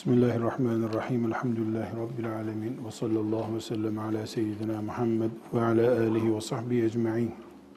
Bismillahirrahmanirrahim. Elhamdülillahi Rabbil alemin. Ve sallallahu ve sellem ala seyyidina Muhammed ve ala alihi ve sahbihi ecma'in.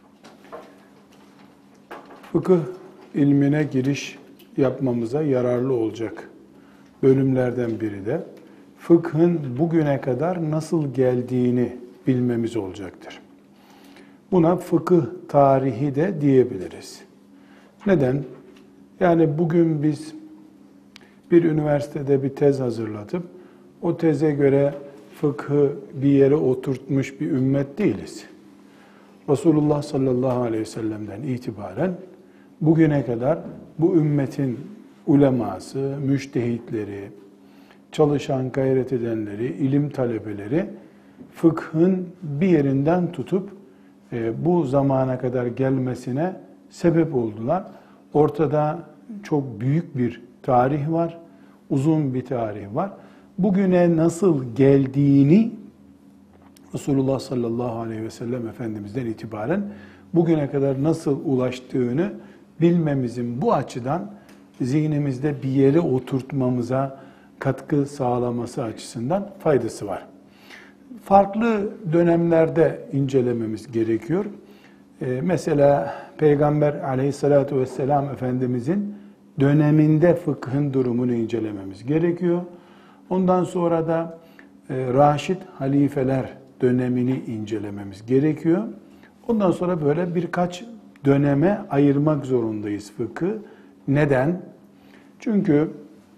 Fıkıh ilmine giriş yapmamıza yararlı olacak bölümlerden biri de fıkhın bugüne kadar nasıl geldiğini bilmemiz olacaktır. Buna fıkıh tarihi de diyebiliriz. Neden? Yani bugün biz bir üniversitede bir tez hazırlatıp o teze göre fıkhı bir yere oturtmuş bir ümmet değiliz. Resulullah sallallahu aleyhi ve sellem'den itibaren bugüne kadar bu ümmetin uleması, müştehitleri, çalışan, gayret edenleri, ilim talebeleri fıkhın bir yerinden tutup bu zamana kadar gelmesine sebep oldular. Ortada çok büyük bir tarih var, uzun bir tarih var. Bugüne nasıl geldiğini Resulullah sallallahu aleyhi ve sellem Efendimiz'den itibaren bugüne kadar nasıl ulaştığını bilmemizin bu açıdan zihnimizde bir yere oturtmamıza katkı sağlaması açısından faydası var. Farklı dönemlerde incelememiz gerekiyor. Mesela Peygamber aleyhissalatu vesselam Efendimizin döneminde fıkhın durumunu incelememiz gerekiyor. Ondan sonra da Raşid halifeler dönemini incelememiz gerekiyor. Ondan sonra böyle birkaç döneme ayırmak zorundayız fıkhı. Neden? Çünkü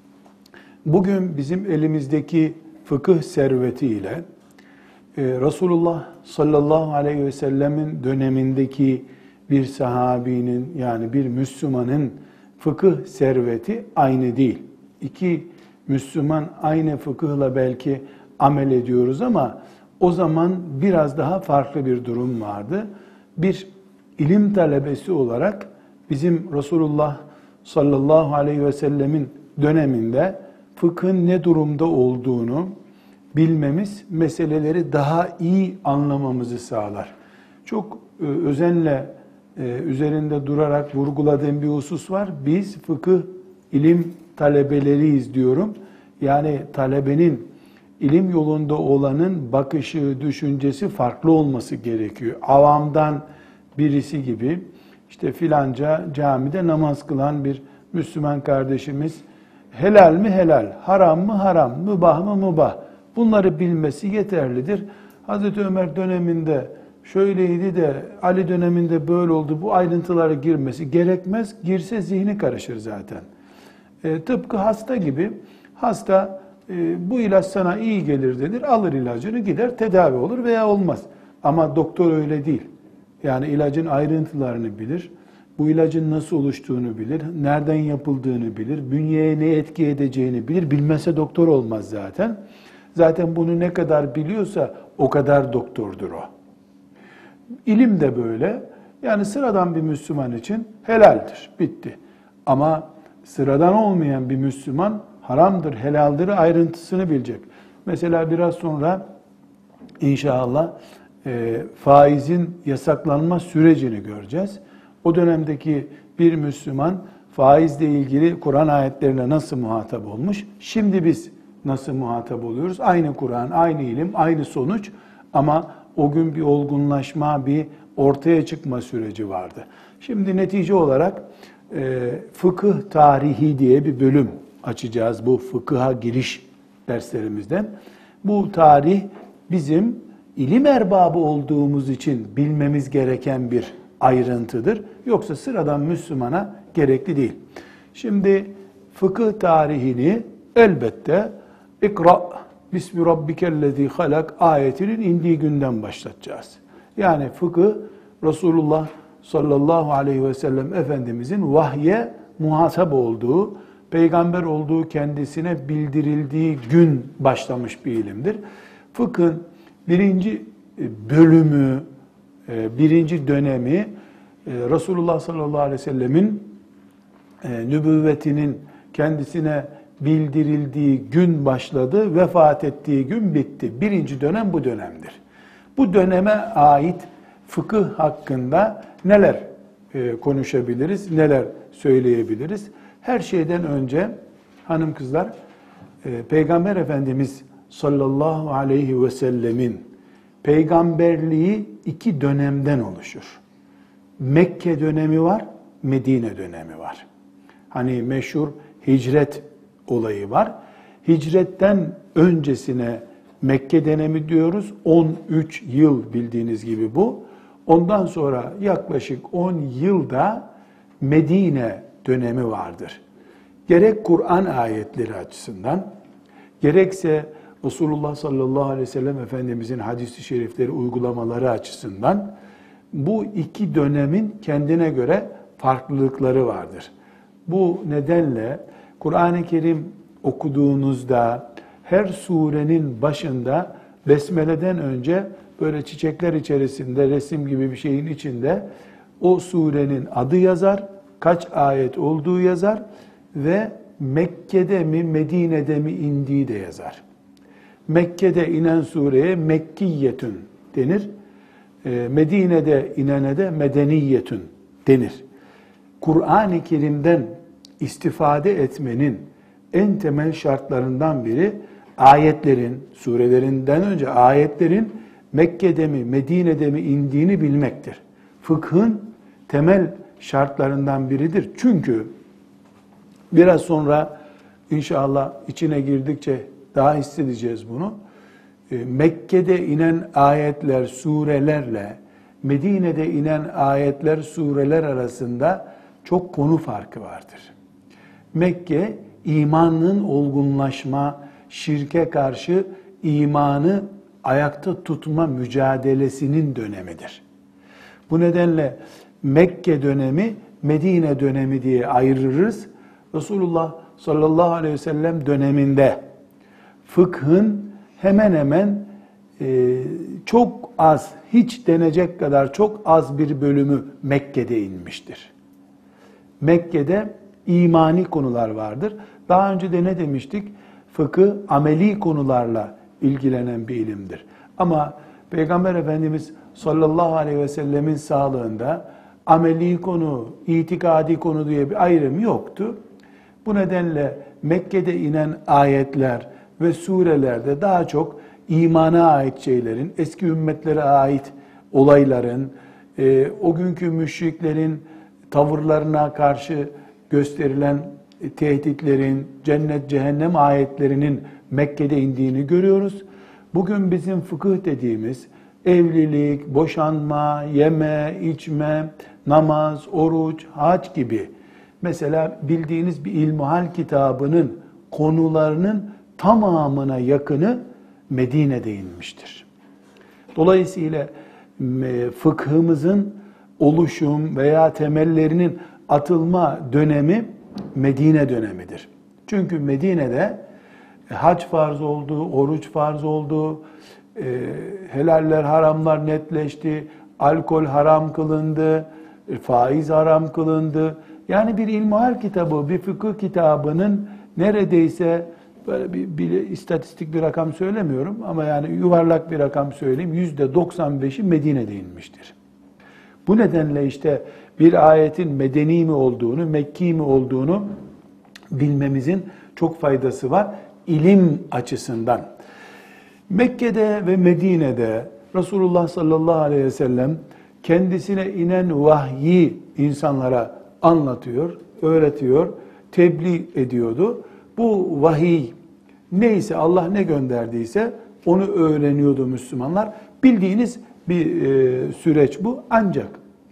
bugün bizim elimizdeki fıkıh servetiyle Resulullah sallallahu aleyhi ve sellemin dönemindeki bir sahabinin yani bir Müslümanın fıkıh serveti aynı değil. İki Müslüman aynı fıkıhla belki amel ediyoruz ama o zaman biraz daha farklı bir durum vardı. Bir ilim talebesi olarak bizim Resulullah sallallahu aleyhi ve sellemin döneminde fıkhın ne durumda olduğunu bilmemiz meseleleri daha iyi anlamamızı sağlar. Çok özenle üzerinde durarak vurguladığım bir husus var. Biz fıkıh ilim talebeleriyiz diyorum. Yani talebenin ilim yolunda olanın bakışı, düşüncesi farklı olması gerekiyor. Avamdan birisi gibi işte filanca camide namaz kılan bir Müslüman kardeşimiz helal mi helal, haram mı haram, mübah mı mübah bunları bilmesi yeterlidir. Hazreti Ömer döneminde şöyleydi de Ali döneminde böyle oldu, bu ayrıntılara girmesi gerekmez. Girse zihni karışır zaten. Tıpkı hasta gibi, hasta bu ilaç sana iyi gelir denir, alır ilacını gider tedavi olur veya olmaz. Ama doktor öyle değil. Yani ilacın ayrıntılarını bilir, bu ilacın nasıl oluştuğunu bilir, nereden yapıldığını bilir, bünyeye ne etki edeceğini bilir. Bilmezse doktor olmaz zaten. Zaten bunu ne kadar biliyorsa o kadar doktordur o. İlim de böyle. Yani sıradan bir Müslüman için helaldir, bitti. Ama sıradan olmayan bir Müslüman haramdır, helaldir ayrıntısını bilecek. Mesela biraz sonra inşallah faizin yasaklanma sürecini göreceğiz. O dönemdeki bir Müslüman faizle ilgili Kur'an ayetlerine nasıl muhatap olmuş? Şimdi biz nasıl muhatap oluyoruz? Aynı Kur'an, aynı ilim, aynı sonuç ama o gün bir olgunlaşma, bir ortaya çıkma süreci vardı. Şimdi netice olarak fıkıh tarihi diye bir bölüm açacağız bu fıkıha giriş derslerimizden. Bu tarih bizim ilim erbabı olduğumuz için bilmemiz gereken bir ayrıntıdır. Yoksa sıradan Müslümana gerekli değil. Şimdi fıkıh tarihini elbette İkra bismi rabbikellezî halak ayetinin indiği günden başlatacağız. Yani fıkıh Resulullah sallallahu aleyhi ve sellem Efendimizin vahye muhatap olduğu, peygamber olduğu kendisine bildirildiği gün başlamış bir ilimdir. Fıkhın birinci bölümü, birinci dönemi Resulullah sallallahu aleyhi ve sellemin nübüvvetinin kendisine bildirildiği gün başladı, vefat ettiği gün bitti. Birinci dönem bu dönemdir. Bu döneme ait fıkıh hakkında neler konuşabiliriz, neler söyleyebiliriz? Her şeyden önce hanım kızlar, Peygamber Efendimiz sallallahu aleyhi ve sellemin peygamberliği 2 dönemden oluşur. Mekke dönemi var, Medine dönemi var. Hani meşhur hicret olayı var. Hicretten öncesine Mekke dönemi diyoruz. 13 yıl bildiğiniz gibi bu. Ondan sonra yaklaşık 10 yılda Medine dönemi vardır. Gerek Kur'an ayetleri açısından, gerekse Resulullah sallallahu aleyhi ve sellem Efendimizin hadis-i şerifleri uygulamaları açısından bu 2 dönemin kendine göre farklılıkları vardır. Bu nedenle Kur'an-ı Kerim okuduğunuzda her surenin başında Besmele'den önce böyle çiçekler içerisinde resim gibi bir şeyin içinde o surenin adı yazar, kaç ayet olduğu yazar ve Mekke'de mi Medine'de mi indiği de yazar. Mekke'de inen sureye Mekkiyetün denir. Medine'de inene de Medeniyetün denir. Kur'an-ı Kerim'den istifade etmenin en temel şartlarından biri ayetlerin, surelerinden önce ayetlerin Mekke'de mi Medine'de mi indiğini bilmektir. Fıkhın temel şartlarından biridir. Çünkü biraz sonra inşallah içine girdikçe daha hissedeceğiz bunu. Mekke'de inen ayetler, surelerle Medine'de inen ayetler, sureler arasında çok konu farkı vardır. Mekke, imanın olgunlaşma, şirke karşı imanı ayakta tutma mücadelesinin dönemidir. Bu nedenle Mekke dönemi, Medine dönemi diye ayırırız. Resulullah sallallahu aleyhi ve sellem döneminde fıkhın hemen hemen çok az, hiç denecek kadar çok az bir bölümü Mekke'de inmiştir. Mekke'de imani konular vardır. Daha önce de ne demiştik? Fıkıh ameli konularla ilgilenen bir ilimdir. Ama Peygamber Efendimiz sallallahu aleyhi ve sellemin sağlığında ameli konu, itikadi konu diye bir ayrım yoktu. Bu nedenle Mekke'de inen ayetler ve surelerde daha çok imana ait şeylerin, eski ümmetlere ait olayların, o günkü müşriklerin tavırlarına karşı gösterilen tehditlerin, cennet, cehennem ayetlerinin Mekke'de indiğini görüyoruz. Bugün bizim fıkıh dediğimiz evlilik, boşanma, yeme, içme, namaz, oruç, hac gibi mesela bildiğiniz bir ilmihal kitabının konularının tamamına yakını Medine'de inmiştir. Dolayısıyla fıkhımızın oluşum veya temellerinin atılma dönemi Medine dönemidir. Çünkü Medine'de hac farz oldu, oruç farz oldu, helaller, haramlar netleşti, alkol haram kılındı, faiz haram kılındı. Yani bir ilmihal kitabı, bir fıkıh kitabının neredeyse böyle bir istatistik bir rakam söylemiyorum ama yani yuvarlak bir rakam söyleyeyim, %95'i Medine'de inmiştir. Bu nedenle işte bir ayetin medeni mi olduğunu, Mekki mi olduğunu bilmemizin çok faydası var ilim açısından. Mekke'de ve Medine'de Resulullah sallallahu aleyhi ve sellem kendisine inen vahyi insanlara anlatıyor, öğretiyor, tebliğ ediyordu. Bu vahiy neyse, Allah ne gönderdiyse onu öğreniyordu Müslümanlar. Bildiğiniz bir süreç bu. Ancak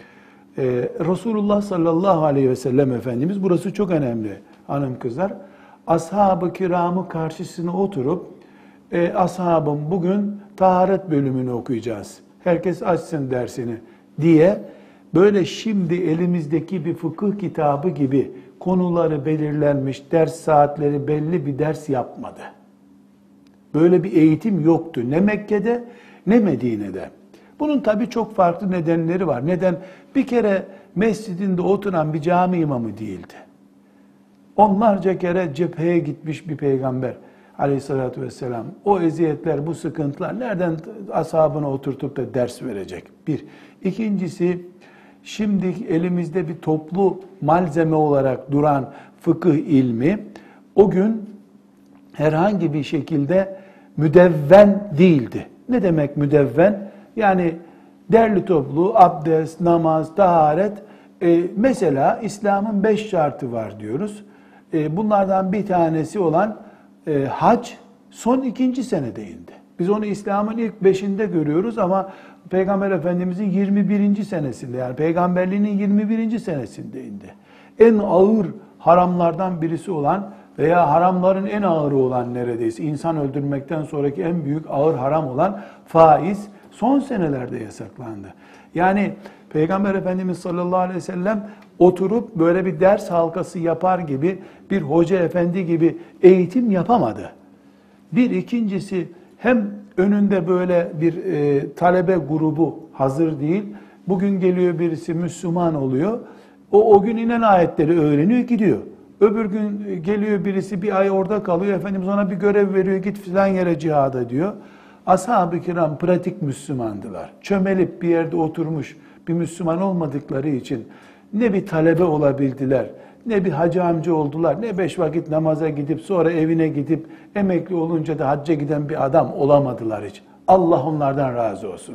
Resulullah sallallahu aleyhi ve sellem Efendimiz, burası çok önemli hanım kızlar, ashab-ı kiramı karşısına oturup ashabım bugün taharet bölümünü okuyacağız, herkes açsın dersini diye böyle şimdi elimizdeki bir fıkıh kitabı gibi konuları belirlenmiş, ders saatleri belli bir ders yapmadı. Böyle bir eğitim yoktu ne Mekke'de ne Medine'de. Bunun tabii çok farklı nedenleri var. Neden? Bir kere mescidinde oturan bir cami imamı değildi. Onlarca kere cepheye gitmiş bir peygamber aleyhissalatü vesselam. O eziyetler, bu sıkıntılar nereden ashabına oturtup da ders verecek? Bir. İkincisi, şimdi elimizde bir toplu malzeme olarak duran fıkıh ilmi, o gün herhangi bir şekilde müdevven değildi. Ne demek müdevven? Yani derli toplu abdest, namaz, taharet. Mesela İslam'ın 5 şartı var diyoruz. Bunlardan bir tanesi olan hac son 2. senede indi. Biz onu İslam'ın ilk 5'inde görüyoruz ama Peygamber Efendimizin 21. senesinde, yani peygamberliğinin 21. senesinde indi. En ağır haramlardan birisi olan veya haramların en ağırı olan, neredeyse insan öldürmekten sonraki en büyük ağır haram olan faiz son senelerde yasaklandı. Yani Peygamber Efendimiz sallallahu aleyhi ve sellem oturup böyle bir ders halkası yapar gibi, bir hoca efendi gibi eğitim yapamadı. Bir ikincisi, hem önünde böyle bir talebe grubu hazır değil. Bugün geliyor birisi Müslüman oluyor. O gün inen ayetleri öğreniyor, gidiyor. Öbür gün geliyor birisi bir ay orada kalıyor. Efendimiz ona bir görev veriyor, git filan yere cihada diyor. Ashab-ı kiram pratik Müslümandılar. Çömelip bir yerde oturmuş bir Müslüman olmadıkları için ne bir talebe olabildiler, ne bir hacı amca oldular, ne 5 vakit namaza gidip sonra evine gidip emekli olunca da hacca giden bir adam olamadılar hiç. Allah onlardan razı olsun.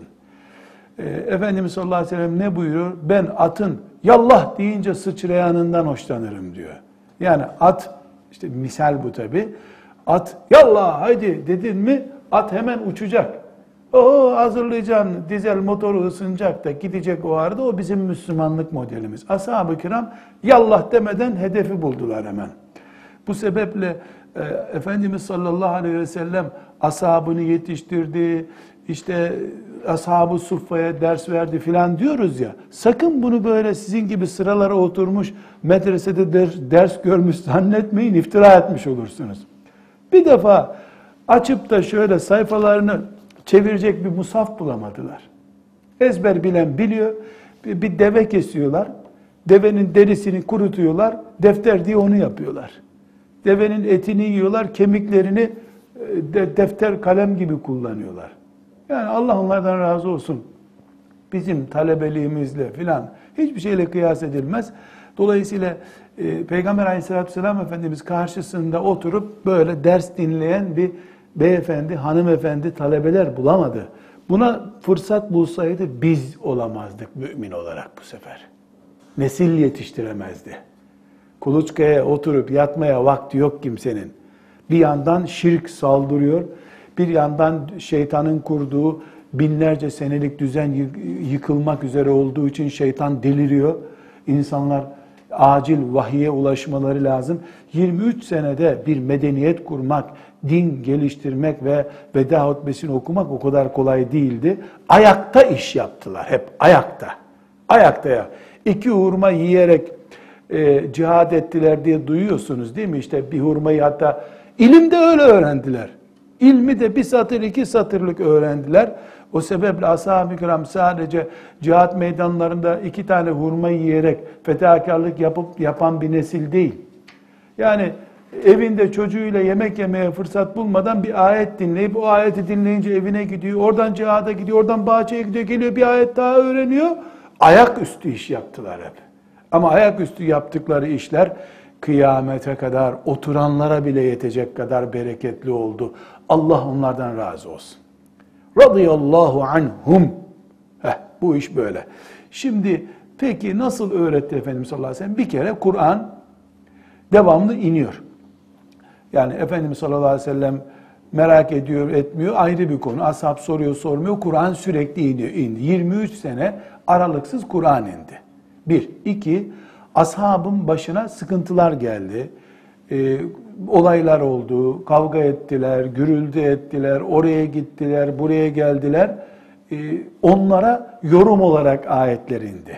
Efendimiz sallallahu aleyhi ve sellem ne buyuruyor? Ben atın yallah deyince sıçrayanından hoşlanırım diyor. Yani at, işte misal bu tabi. At yallah haydi dedin mi at hemen uçacak. O hazırlayacaksın, dizel motoru ısınacak da gidecek o arada. O bizim Müslümanlık modelimiz. Ashab-ı kiram yallah demeden hedefi buldular hemen. Bu sebeple Efendimiz sallallahu aleyhi ve sellem ashabını yetiştirdi, işte ashab-ı suffaya ders verdi filan diyoruz ya. Sakın bunu böyle sizin gibi sıralara oturmuş medresede ders görmüş zannetmeyin, iftira etmiş olursunuz. Bir defa açıp da şöyle sayfalarını çevirecek bir musaf bulamadılar. Ezber bilen biliyor. Bir deve kesiyorlar. Devenin derisini kurutuyorlar. Defter diye onu yapıyorlar. Devenin etini yiyorlar. Kemiklerini defter kalem gibi kullanıyorlar. Yani Allah onlardan razı olsun. Bizim talebeliğimizle filan hiçbir şeyle kıyas edilmez. Dolayısıyla Peygamber Aleyhisselatü Vesselam Efendimiz karşısında oturup böyle ders dinleyen bir beyefendi, hanımefendi, talebeler bulamadı. Buna fırsat bulsaydı biz olamazdık mümin olarak bu sefer. Nesil yetiştiremezdi. Kuluçkaya oturup yatmaya vakti yok kimsenin. Bir yandan şirk saldırıyor, bir yandan şeytanın kurduğu binlerce senelik düzen yıkılmak üzere olduğu için şeytan deliriyor. İnsanlar acil vahiye ulaşmaları lazım. 23 senede bir medeniyet kurmak, din geliştirmek ve veda hutbesini okumak o kadar kolay değildi. Ayakta iş yaptılar, hep ayakta. Ayakta ya. 2 hurma yiyerek cihad ettiler diye duyuyorsunuz değil mi? İşte bir hurmayı, hatta ilimde öyle öğrendiler. İlmi de 1 satır 2 satırlık öğrendiler. O sebeple ashab-ı kiram sadece cihat meydanlarında 2 tane hurma yiyerek fedakarlık yapan bir nesil değil. Yani evinde çocuğuyla yemek yemeye fırsat bulmadan bir ayet dinleyip o ayeti dinleyince evine gidiyor. Oradan cihada gidiyor, oradan bahçeye gidiyor, geliyor bir ayet daha öğreniyor. Ayaküstü iş yaptılar hep. Ama ayaküstü yaptıkları işler kıyamete kadar oturanlara bile yetecek kadar bereketli oldu. Allah onlardan razı olsun. Radıyallahu anhum. Bu iş böyle. Şimdi peki nasıl öğretti Efendimiz sallallahu aleyhi ve sellem? Bir kere Kur'an devamlı iniyor. Yani Efendimiz sallallahu aleyhi ve sellem merak ediyor, etmiyor ayrı bir konu. Ashab soruyor, sormuyor. Kur'an sürekli iniyor, indi. 23 sene aralıksız Kur'an indi. 1. 2. Ashabın başına sıkıntılar geldi. Olaylar oldu, kavga ettiler, gürültü ettiler, oraya gittiler, buraya geldiler. Onlara yorum olarak ayetler indi.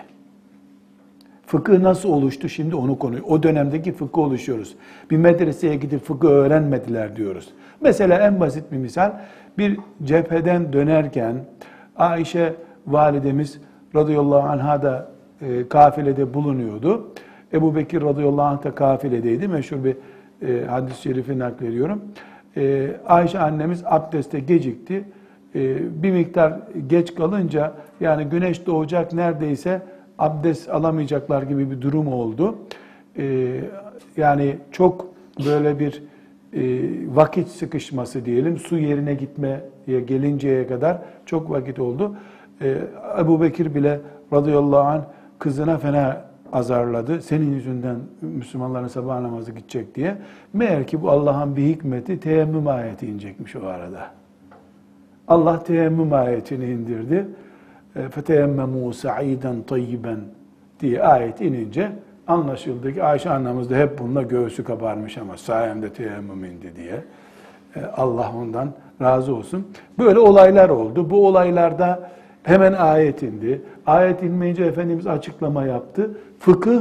Fıkıh nasıl oluştu şimdi onu konuyu. O dönemdeki fıkıh oluşuyoruz. Bir medreseye gidip fıkıh öğrenmediler diyoruz. Mesela en basit bir misal, bir cepheden dönerken Ayşe validemiz radıyallahu anha da kafilede bulunuyordu. Ebu Bekir radıyallahu anh da kafiledeydi. Meşhur bir hadis-i şerifi naklediyorum. Ayşe annemiz abdeste gecikti. Bir miktar geç kalınca, yani güneş doğacak neredeyse, abdest alamayacaklar gibi bir durum oldu. Yani çok böyle bir vakit sıkışması diyelim, su yerine gitmeye gelinceye kadar çok vakit oldu. Ebu Bekir bile radıyallahu anh kızına fena azarladı. Senin yüzünden Müslümanların sabah namazı gidecek diye. Meğer ki bu Allah'ın bir hikmeti, teyemmüm ayeti inecekmiş o arada. Allah teyemmüm ayetini indirdi. فَتَيَمَّمُوا سَعِيدًا طَيِّبًا diye ayet inince anlaşıldı ki Ayşe annemiz de hep bununla göğsü kabarmış ama sayemde teyemmüm indi diye. Allah ondan razı olsun. Böyle olaylar oldu. Bu olaylarda hemen ayet indi. Ayet inmeyince Efendimiz açıklama yaptı. Fıkıh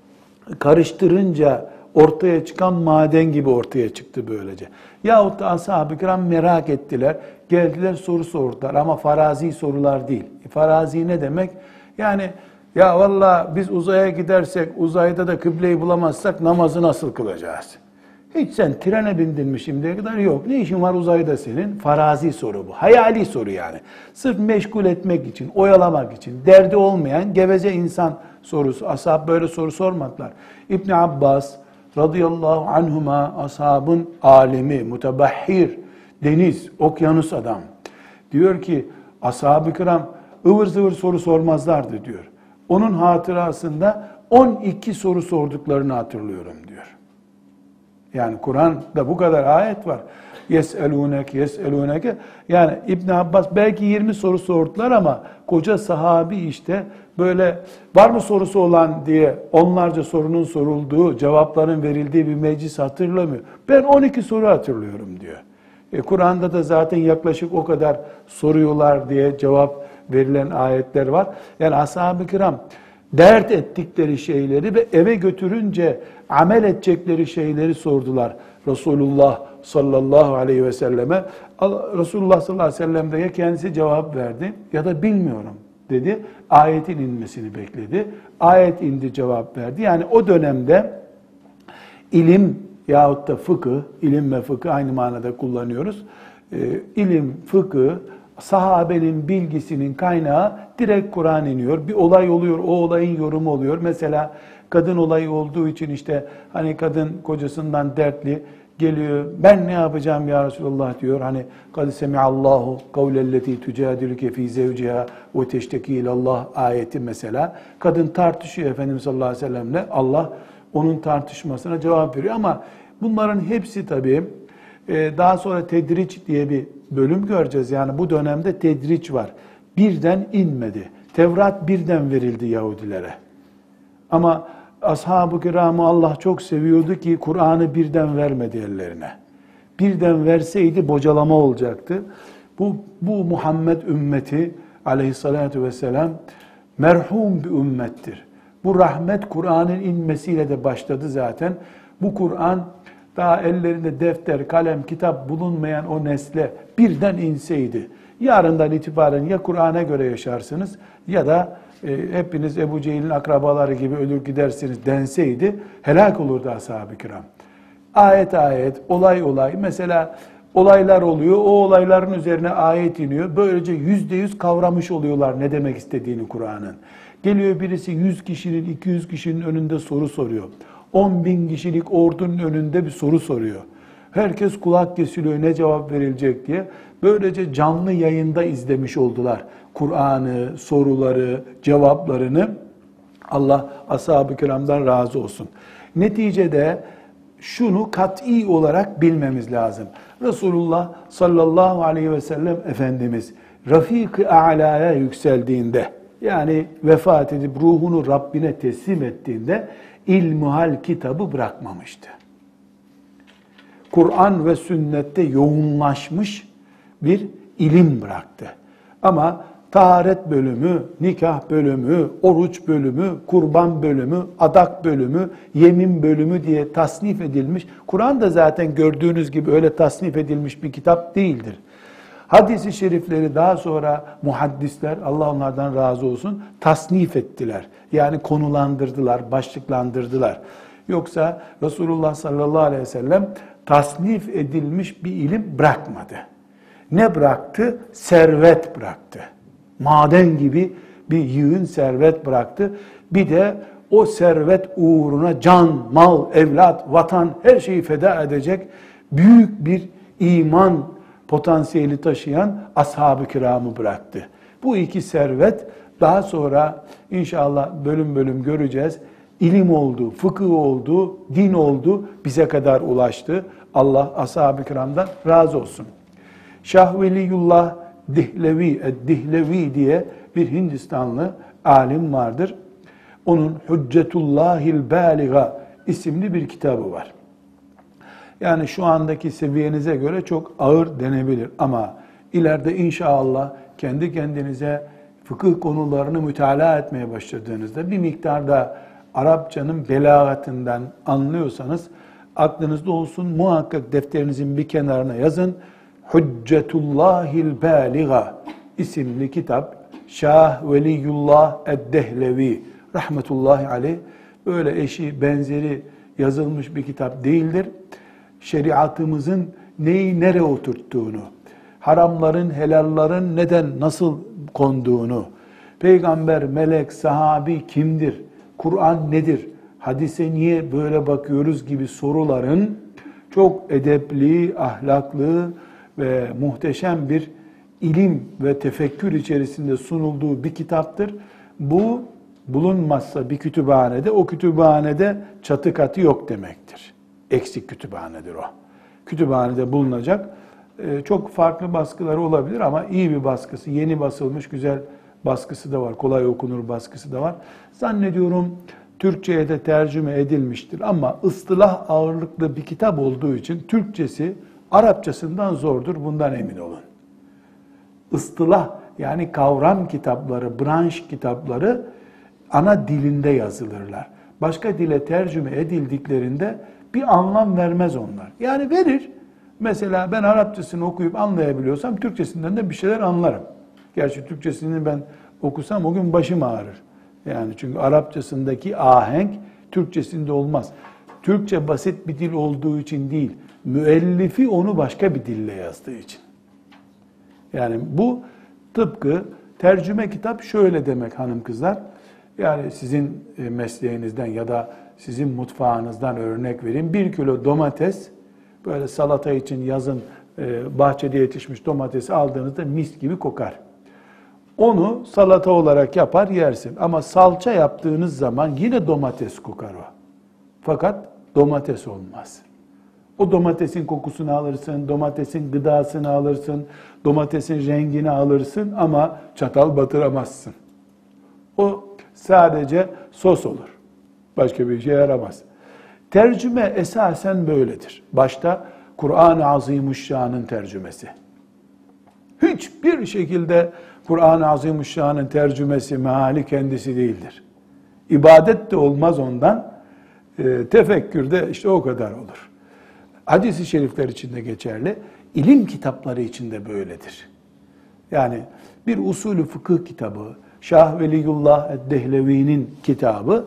karıştırınca ortaya çıkan maden gibi ortaya çıktı böylece. Yahut da ashab-ı kiram merak ettiler. Geldiler soru sordular ama farazi sorular değil. Farazi ne demek? Yani ya vallahi biz uzaya gidersek uzayda da kıbleyi bulamazsak namazı nasıl kılacağız? Hiç sen trene bindin mi şimdiye kadar? Yok. Ne işin var uzayda senin? Farazi soru bu. Hayali soru yani. Sırf meşgul etmek için, oyalamak için, derdi olmayan geveze insan sorusu. Ashab böyle soru sormadılar. İbn Abbas radıyallahu anhuma ashabın alimi, mutebahhir, deniz, okyanus adam. Diyor ki ashab-ı kiram ıvır zıvır soru sormazlardı diyor. Onun hatırasında 12 soru sorduklarını hatırlıyorum diyor. Yani Kur'an'da bu kadar ayet var. Yes'elûneke. Yani İbn Abbas belki 20 soru sordular ama koca sahabi işte böyle var mı sorusu olan diye onlarca sorunun sorulduğu, cevapların verildiği bir meclis hatırlamıyor. Ben 12 soru hatırlıyorum diyor. Kur'an'da da zaten yaklaşık o kadar soruyorlar diye cevap verilen ayetler var. Yani ashab-ı kiram dert ettikleri şeyleri ve eve götürünce amel edecekleri şeyleri sordular. Resulullah sallallahu aleyhi ve selleme. Resulullah sallallahu aleyhi ve sellem de ya kendisi cevap verdi ya da bilmiyorum dedi. Ayetin inmesini bekledi. Ayet indi, cevap verdi. Yani o dönemde ilim yahut da fıkıh, ilim ve fıkıh aynı manada kullanıyoruz. İlim, fıkıh, sahabenin bilgisinin kaynağı direkt Kur'an iniyor. Bir olay oluyor, o olayın yorumu oluyor. Mesela kadın olayı olduğu için işte hani kadın kocasından dertli geliyor. Ben ne yapacağım ya Resulullah diyor. Hani kad semi'allahu kavlelleti tujadiluke fi zevciha ve teşteki ilallah ayeti mesela. Kadın tartışıyor Efendimiz sallallahu aleyhi ve sellemle. Allah onun tartışmasına cevap veriyor ama bunların hepsi tabii daha sonra tedriç diye bir bölüm göreceğiz. Yani bu dönemde tedriç var. Birden inmedi. Tevrat birden verildi Yahudilere. Ama ashab-ı kiramı Allah çok seviyordu ki Kur'an'ı birden vermedi ellerine. Birden verseydi bocalama olacaktı. Bu Muhammed ümmeti aleyhissalatu vesselam merhum bir ümmettir. Bu rahmet Kur'an'ın inmesiyle de başladı zaten. Bu Kur'an daha ellerinde defter, kalem, kitap bulunmayan o nesle birden inseydi, yarından itibaren ya Kur'an'a göre yaşarsınız ya da hepiniz Ebu Cehil'in akrabaları gibi ölür gidersiniz denseydi helak olurdu ashab-ı kiram. Ayet ayet, olay olay, mesela olaylar oluyor, o olayların üzerine ayet iniyor. Böylece %100 kavramış oluyorlar ne demek istediğini Kur'an'ın. Geliyor birisi 100 kişinin, 200 kişinin önünde soru soruyor. 10.000 kişilik ordunun önünde bir soru soruyor. Herkes kulak kesiliyor ne cevap verilecek diye. Böylece canlı yayında izlemiş oldular Kur'an'ı, soruları, cevaplarını. Allah ashab-ı kiramdan razı olsun. Neticede şunu kat'i olarak bilmemiz lazım. Resulullah sallallahu aleyhi ve sellem Efendimiz Rafik-i A'la'ya yükseldiğinde, yani vefat edip ruhunu Rabbine teslim ettiğinde İlmuhal kitabı bırakmamıştı. Kur'an ve sünnette yoğunlaşmış bir ilim bıraktı. Ama taharet bölümü, nikah bölümü, oruç bölümü, kurban bölümü, adak bölümü, yemin bölümü diye tasnif edilmiş. Kur'an da zaten gördüğünüz gibi öyle tasnif edilmiş bir kitap değildir. Hadis-i şerifleri daha sonra muhaddisler, Allah onlardan razı olsun, tasnif ettiler. Yani konulandırdılar, başlıklandırdılar. Yoksa Resulullah sallallahu aleyhi ve sellem tasnif edilmiş bir ilim bırakmadı. Ne bıraktı? Servet bıraktı. Maden gibi bir yığın servet bıraktı. Bir de o servet uğruna can, mal, evlat, vatan her şeyi feda edecek büyük bir iman potansiyeli taşıyan ashab-ı kiramı bıraktı. Bu iki servet daha sonra inşallah bölüm bölüm göreceğiz. İlim oldu, fıkıh oldu, din oldu, bize kadar ulaştı. Allah ashab-ı kiramdan razı olsun. Şah Veliyullah Dihlevi diye bir Hindistanlı alim vardır. Onun Hüccetullahil Baliga isimli bir kitabı var. Yani şu andaki seviyenize göre çok ağır denebilir ama ileride inşallah kendi kendinize fıkıh konularını mütalaa etmeye başladığınızda bir miktarda Arapçanın belagatından anlıyorsanız aklınızda olsun, muhakkak defterinizin bir kenarına yazın. Hüccetullahil Baliga isimli kitap Şah Veliyullah Eddehlevi rahmetullahi aleyh, böyle eşi benzeri yazılmış bir kitap değildir. Şeriatımızın neyi nereye oturttuğunu, haramların, helalların neden, nasıl konduğunu, peygamber, melek, sahabi kimdir, Kur'an nedir, hadise niye böyle bakıyoruz gibi soruların çok edepli, ahlaklı ve muhteşem bir ilim ve tefekkür içerisinde sunulduğu bir kitaptır. Bu bulunmazsa bir kütüphanede, o kütüphanede çatı katı yok demektir. Eksik kütüphanedir o. Kütüphanede bulunacak. Çok farklı baskıları olabilir ama iyi bir baskısı, yeni basılmış güzel baskısı da var. Kolay okunur baskısı da var. Zannediyorum Türkçe'ye de tercüme edilmiştir ama ıstılah ağırlıklı bir kitap olduğu için Türkçesi Arapçasından zordur. Bundan emin olun. Istılah yani kavram kitapları, branş kitapları ana dilinde yazılırlar. Başka dile tercüme edildiklerinde bir anlam vermez onlar. Yani verir. Mesela ben Arapçasını okuyup anlayabiliyorsam Türkçesinden de bir şeyler anlarım. Gerçi Türkçesini ben okusam o gün başım ağrır. Yani çünkü Arapçasındaki ahenk Türkçesinde olmaz. Türkçe basit bir dil olduğu için değil, müellifi onu başka bir dille yazdığı için. Yani bu tıpkı tercüme kitap şöyle demek hanım kızlar. Yani sizin mesleğinizden ya da sizin mutfağınızdan örnek vereyim. 1 kilo domates, böyle salata için yazın bahçede yetişmiş domatesi aldığınızda mis gibi kokar. Onu salata olarak yapar yersin. Ama salça yaptığınız zaman yine domates kokar o. Fakat domates olmaz. O domatesin kokusunu alırsın, domatesin gıdasını alırsın, domatesin rengini alırsın ama çatal batıramazsın. O sadece sos olur. Başka bir işe yaramaz. Tercüme esasen böyledir. Başta Kur'an-ı Azimuşşan'ın tercümesi. Hiçbir şekilde Kur'an-ı Azimuşşan'ın tercümesi meali kendisi değildir. İbadet de olmaz ondan. Tefekkür de işte o kadar olur. Hadis-i şerifler için de geçerli. İlim kitapları için de böyledir. Yani bir usulü fıkıh kitabı, Şah Veliyullah Eddehlevi'nin kitabı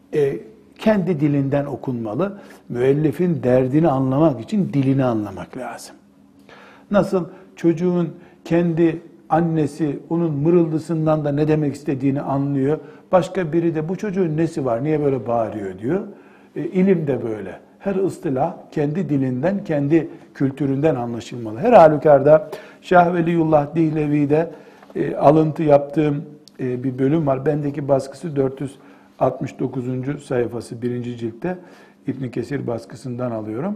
kendi dilinden okunmalı. Müellifin derdini anlamak için dilini anlamak lazım. Nasıl çocuğun kendi annesi onun mırıldısından da ne demek istediğini anlıyor. Başka biri de bu çocuğun nesi var, niye böyle bağırıyor diyor. İlim de böyle. Her ıstılah kendi dilinden, kendi kültüründen anlaşılmalı. Her halükarda Şah Veliyullah Dihlevi'de alıntı yaptığım bir bölüm var. Bendeki baskısı 469. sayfası 1. ciltte İbn Kesir baskısından alıyorum.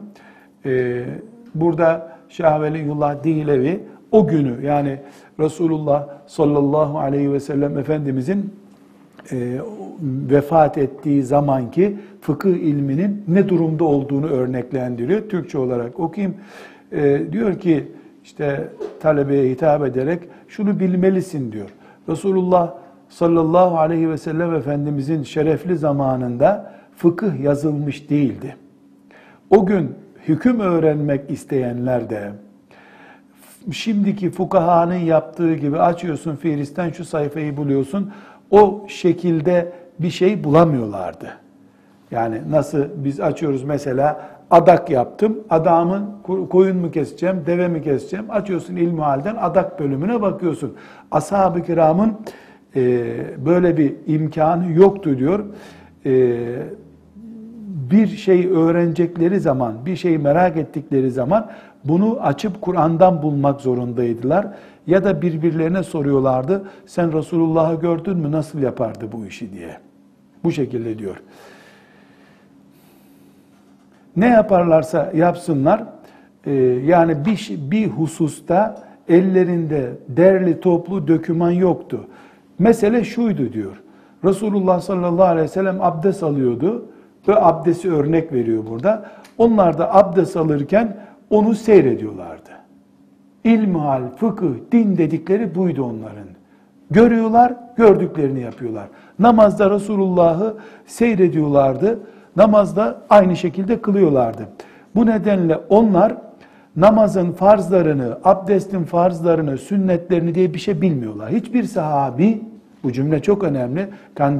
Burada Şah Veliyullah Dihlevi o günü yani Resulullah sallallahu aleyhi ve sellem Efendimizin vefat ettiği zamanki fıkıh ilminin ne durumda olduğunu örneklendiriyor. Türkçe olarak okuyayım. Diyor ki işte talebeye hitap ederek şunu bilmelisin diyor. Resulullah sallallahu aleyhi ve sellem Efendimizin şerefli zamanında fıkıh yazılmış değildi. O gün hüküm öğrenmek isteyenler de şimdiki fukahanın yaptığı gibi açıyorsun Fihristen şu sayfayı buluyorsun. O şekilde bir şey bulamıyorlardı. Yani nasıl biz açıyoruz mesela adak yaptım. Adamın koyun mu keseceğim, deve mi keseceğim? Açıyorsun İlmihal'den adak bölümüne bakıyorsun. Ashab-ı kiramın böyle bir imkanı yoktu diyor. bir şey öğrenecekleri zaman, bir şeyi merak ettikleri zaman bunu açıp Kur'an'dan bulmak zorundaydılar. Ya da birbirlerine soruyorlardı, sen Resulullah'ı gördün mü, nasıl yapardı bu işi diye. Bu şekilde diyor. Ne yaparlarsa yapsınlar, yani bir hususta ellerinde derli toplu doküman yoktu. Mesele şuydu diyor. Resulullah sallallahu aleyhi ve sellem abdest alıyordu ve abdesti örnek veriyor burada. Onlar da abdest alırken onu seyrediyorlardı. İlmihal, fıkıh, din dedikleri buydu onların. Görüyorlar, gördüklerini yapıyorlar. Namazda Resulullah'ı seyrediyorlardı. Namazda aynı şekilde kılıyorlardı. Bu nedenle onlar namazın farzlarını, abdestin farzlarını, sünnetlerini diye bir şey bilmiyorlar. Hiçbir sahabi, bu cümle çok önemli, Kan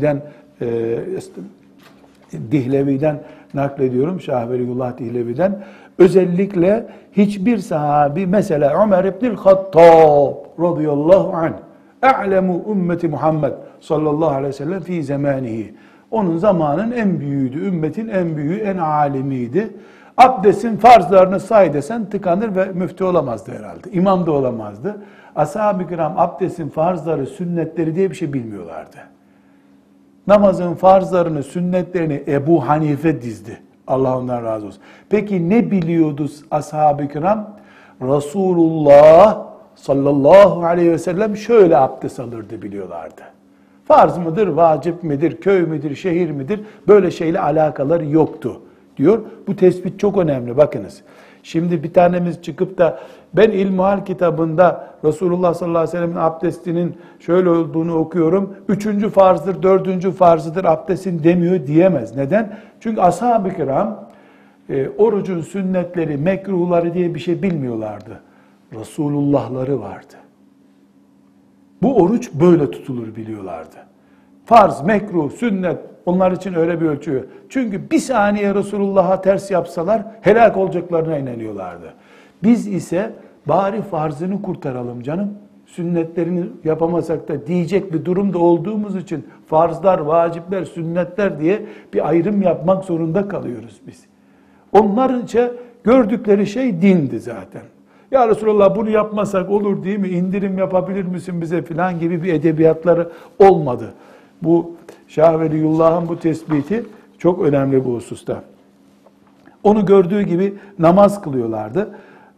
Dihlevi'den naklediyorum, Şah Veliyullah Dihlevi'den, özellikle hiçbir sahabi, mesela Ömer İbnül Hattab radıyallahu anh, a'lemu ümmeti Muhammed sallallahu aleyhi ve sellem fi zamanihi. Onun zamanın en büyüğüydü, ümmetin en büyüğü, en alimiydi. Abdestin farzlarını say desen tıkanır ve müftü olamazdı herhalde. İmam da olamazdı. Ashab-ı kiram abdestin farzları, sünnetleri diye bir şey bilmiyorlardı. Namazın farzlarını, sünnetlerini Ebu Hanife dizdi. Allah ondan razı olsun. Peki ne biliyordu ashab-ı kiram? Resulullah sallallahu aleyhi ve sellem şöyle abdest alırdı biliyorlardı. Farz mıdır, vacip midir, köy müdür, şehir midir? Böyle şeyle alakaları yoktu diyor. Bu tespit çok önemli, bakınız. Şimdi bir tanemiz çıkıp da ben İlmihal kitabında Resulullah sallallahu aleyhi ve sellem'in abdestinin şöyle olduğunu okuyorum, 3. farzdır, 4. farzıdır abdestin demiyor diyemez. Neden? Çünkü ashab-ı kiram orucun sünnetleri, mekruhları diye bir şey bilmiyorlardı. Resulullah'ları vardı. Bu oruç böyle tutulur biliyorlardı. Farz, mekruh, sünnet onlar için öyle bir ölçü. Çünkü bir saniye Resulullah'a ters yapsalar helak olacaklarına inanıyorlardı. Biz ise bari farzını kurtaralım canım, sünnetlerini yapamasak da diyecek bir durumda olduğumuz için farzlar, vacipler, sünnetler diye bir ayrım yapmak zorunda kalıyoruz biz. Onlarınca gördükleri şey dindi zaten. Ya Resulallah bunu yapmasak olur değil mi? İndirim yapabilir misin bize filan gibi bir edebiyatları olmadı. Bu Şah Veliyullah'ın bu tespiti çok önemli bu hususta. Onu gördüğü gibi namaz kılıyorlardı.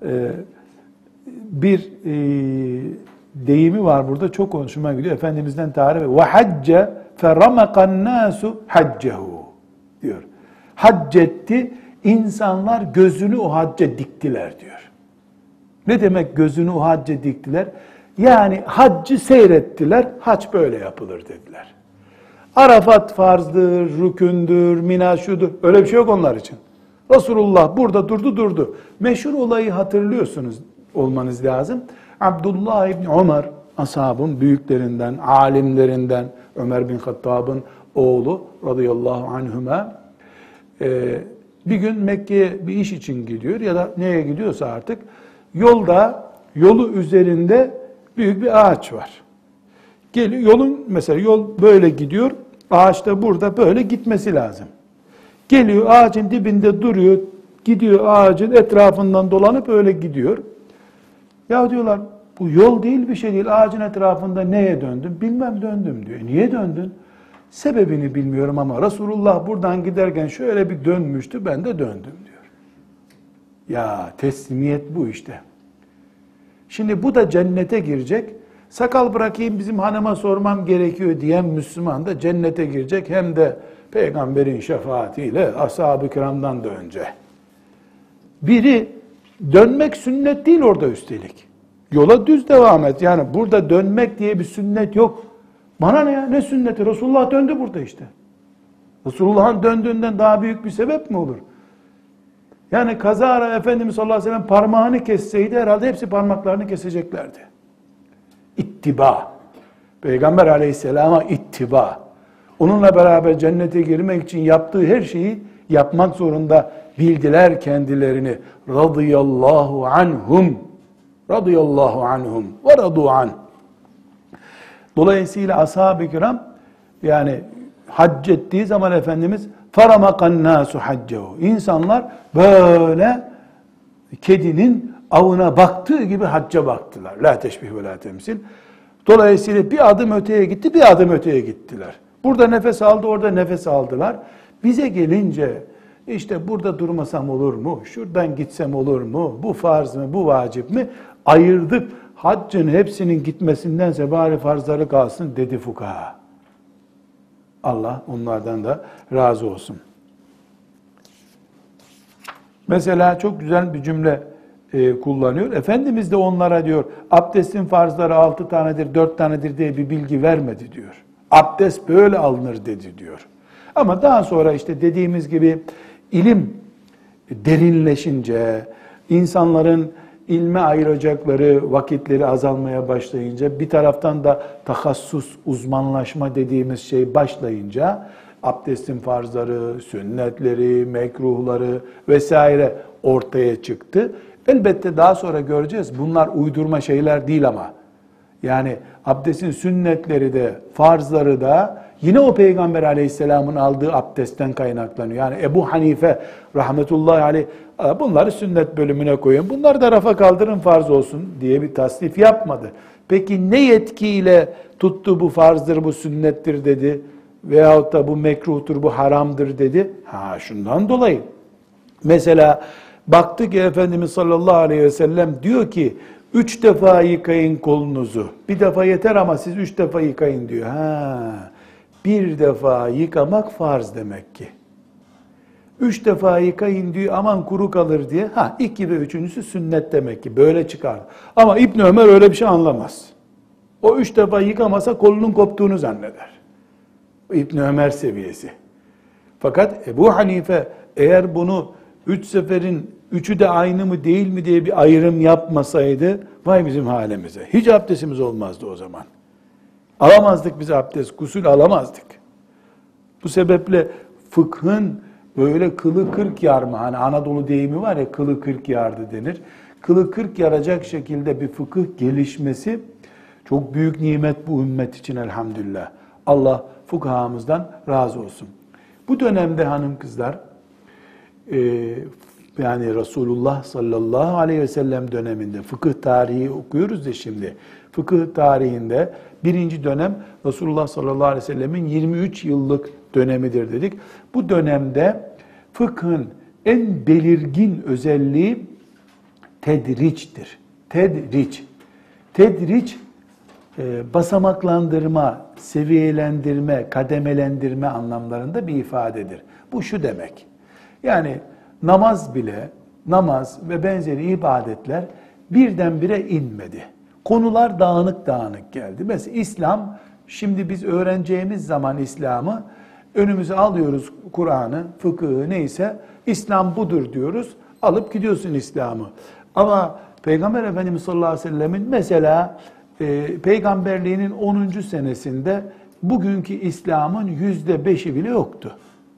Bir deyimi var burada, çok hoşuma gidiyor. Efendimiz'den tarif ve hacce feramakan nasu haccehu diyor. Haccetti, insanlar gözünü o hacca diktiler diyor. Ne demek gözünü o hacca diktiler? Yani haccı seyrettiler, hac böyle yapılır dediler. Arafat farzdır, rükündür, Mina şudur, öyle bir şey yok onlar için. Resulullah burada durdu. Meşhur olayı hatırlıyorsunuz olmanız lazım. Abdullah İbni Ömer, ashabın büyüklerinden, alimlerinden, Ömer bin Hattab'ın oğlu radıyallahu anhüma, bir gün Mekke'ye bir iş için gidiyor ya da neye gidiyorsa artık, yolu üzerinde büyük bir ağaç var. Geliyor, mesela yol böyle gidiyor, ağaç da burada böyle gitmesi lazım. Geliyor ağacın dibinde duruyor, gidiyor ağacın etrafından dolanıp öyle gidiyor. Ya diyorlar, bu yol değil, bir şey değil, ağacın etrafında neye döndün? Bilmem, döndüm diyor. Niye döndün? Sebebini bilmiyorum ama Resulullah buradan giderken şöyle bir dönmüştü, ben de döndüm diyor. Ya teslimiyet bu işte. Şimdi bu da cennete girecek. Sakal bırakayım bizim hanıma sormam gerekiyor diyen Müslüman da cennete girecek. Hem de peygamberin şefaatiyle ashab-ı kiramdan da önce. Biri dönmek sünnet değil orada üstelik. Yola düz devam et. Yani burada dönmek diye bir sünnet yok. Bana ne ya? Ne sünneti? Resulullah döndü burada işte. Resulullah'ın döndüğünden daha büyük bir sebep mi olur? Yani kazara Efendimiz sallallahu aleyhi ve sellem parmağını kesseydi herhalde hepsi parmaklarını keseceklerdi. İttiba. Peygamber aleyhisselama ittiba. Onunla beraber cennete girmek için yaptığı her şeyi yapmak zorunda bildiler kendilerini. Radıyallahu anhum. Radıyallahu anhum. Ve radu an. Dolayısıyla ashab-ı kiram yani hac ettiği zaman Efendimiz Faramakan nasu haccehu. İnsanlar böyle kedinin avına baktığı gibi hacca baktılar. La teşbih ve la temsil. Dolayısıyla bir adım öteye gitti, bir adım öteye gittiler. Burada nefes aldı, orada nefes aldılar. Bize gelince işte burada durmasam olur mu? Şuradan gitsem olur mu? Bu farz mı? Bu vacip mi? Ayırdık. Haccın hepsinin gitmesindense bari farzları kalsın dedi fukaha. Allah onlardan da razı olsun. Mesela çok güzel bir cümle kullanıyor. Efendimiz de onlara diyor, abdestin farzları 6 tanedir, 4 tanedir diye bir bilgi vermedi diyor. Abdest böyle alınır dedi diyor. Ama daha sonra işte dediğimiz gibi ilim derinleşince, insanların ilme ayıracakları vakitleri azalmaya başlayınca, bir taraftan da tahassus, uzmanlaşma dediğimiz şey başlayınca, abdestin farzları, sünnetleri, mekruhları vesaire ortaya çıktı. Elbette daha sonra göreceğiz. Bunlar uydurma şeyler değil ama. Yani abdestin sünnetleri de, farzları da yine o Peygamber Aleyhisselam'ın aldığı abdestten kaynaklanıyor. Yani Ebu Hanife rahmetullahi aleyh bunları sünnet bölümüne koyun, bunları da rafa kaldırın farz olsun diye bir tasnif yapmadı. Peki ne yetkiyle tuttu bu farzdır, bu sünnettir dedi veyahut da bu mekruhtur, bu haramdır dedi? Şundan dolayı. Mesela baktı ki Efendimiz sallallahu aleyhi ve sellem diyor ki 3 defa yıkayın kolunuzu. Bir defa yeter ama siz 3 defa yıkayın diyor. Bir defa yıkamak farz demek ki. 3 defa yıkayın diyor, aman kuru kalır diye. 2 ve 3.'sü sünnet demek ki. Böyle çıkar. Ama İbn Ömer öyle bir şey anlamaz. O 3 defa yıkamasa kolunun koptuğunu zanneder. İbn Ömer seviyesi. Fakat Ebu Hanife eğer bunu 3 seferin 3'ü de aynı mı değil mi diye bir ayrım yapmasaydı, vay bizim halimize. Hiç abdestimiz olmazdı o zaman. Alamazdık biz abdest, gusül alamazdık. Bu sebeple fıkhın böyle kılı 40 yarma, hani Anadolu deyimi var ya, kılı 40 yardı denir. Kılı 40 yaracak şekilde bir fıkıh gelişmesi çok büyük nimet bu ümmet için elhamdülillah. Allah fukahamızdan razı olsun. Bu dönemde hanım kızlar, yani Resulullah sallallahu aleyhi ve sellem döneminde fıkıh tarihi okuyoruz ya şimdi. Fıkıh tarihinde birinci dönem Resulullah sallallahu aleyhi ve sellemin 23 yıllık dönemidir dedik. Bu dönemde fıkhın en belirgin özelliği tedriçtir. Tedriç basamaklandırma, seviyelendirme, kademelendirme anlamlarında bir ifadedir. Bu şu demek. Yani namaz ve benzeri ibadetler birdenbire inmedi. Konular dağınık dağınık geldi. Mesela İslam, şimdi biz öğreneceğimiz zaman İslam'ı önümüze alıyoruz, Kur'an'ı, fıkıhı neyse, İslam budur diyoruz, alıp gidiyorsun İslam'ı. Ama Peygamber Efendimiz sallallahu aleyhi ve sellemin mesela peygamberliğinin 10. senesinde bugünkü İslam'ın %5'i bile yoktu.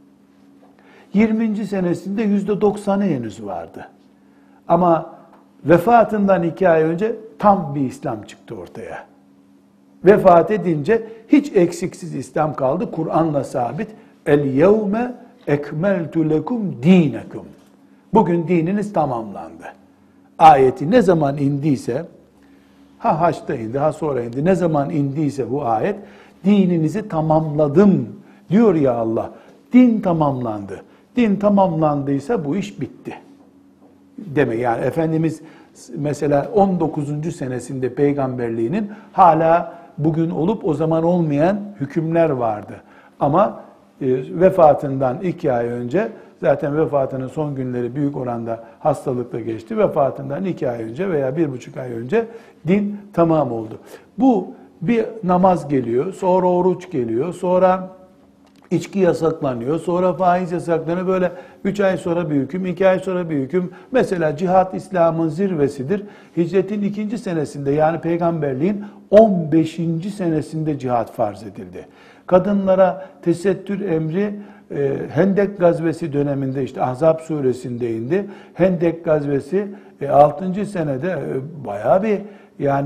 20. senesinde %90'ı henüz vardı. Ama vefatından 2 ay önce tam bir İslam çıktı ortaya. Vefat edince hiç eksiksiz İslam kaldı. Kur'an'la sabit. El yevme ekmeltu lekum dinekum. Bugün dininiz tamamlandı. Ayeti ne zaman indiyse, haçta indi, sonra indi. Ne zaman indiyse bu ayet, dininizi tamamladım diyor ya Allah. Din tamamlandı. Din tamamlandıysa bu iş bitti. Demek yani Efendimiz mesela 19. senesinde peygamberliğinin hala bugün olup o zaman olmayan hükümler vardı. Ama vefatından 2 ay önce, zaten vefatının son günleri büyük oranda hastalıkla geçti. Vefatından 2 ay önce veya 1,5 ay önce din tamam oldu. Bu bir namaz geliyor, sonra oruç geliyor, sonra İçki yasaklanıyor, sonra faiz yasaklanıyor. Böyle 3 ay sonra bir hüküm, 2 ay sonra bir hüküm. Mesela cihat İslam'ın zirvesidir. Hicretin 2. senesinde, yani peygamberliğin 15. senesinde cihat farz edildi. Kadınlara tesettür emri Hendek gazvesi döneminde, işte Ahzab suresinde indi. Hendek gazvesi 6. senede bayağı bir, yani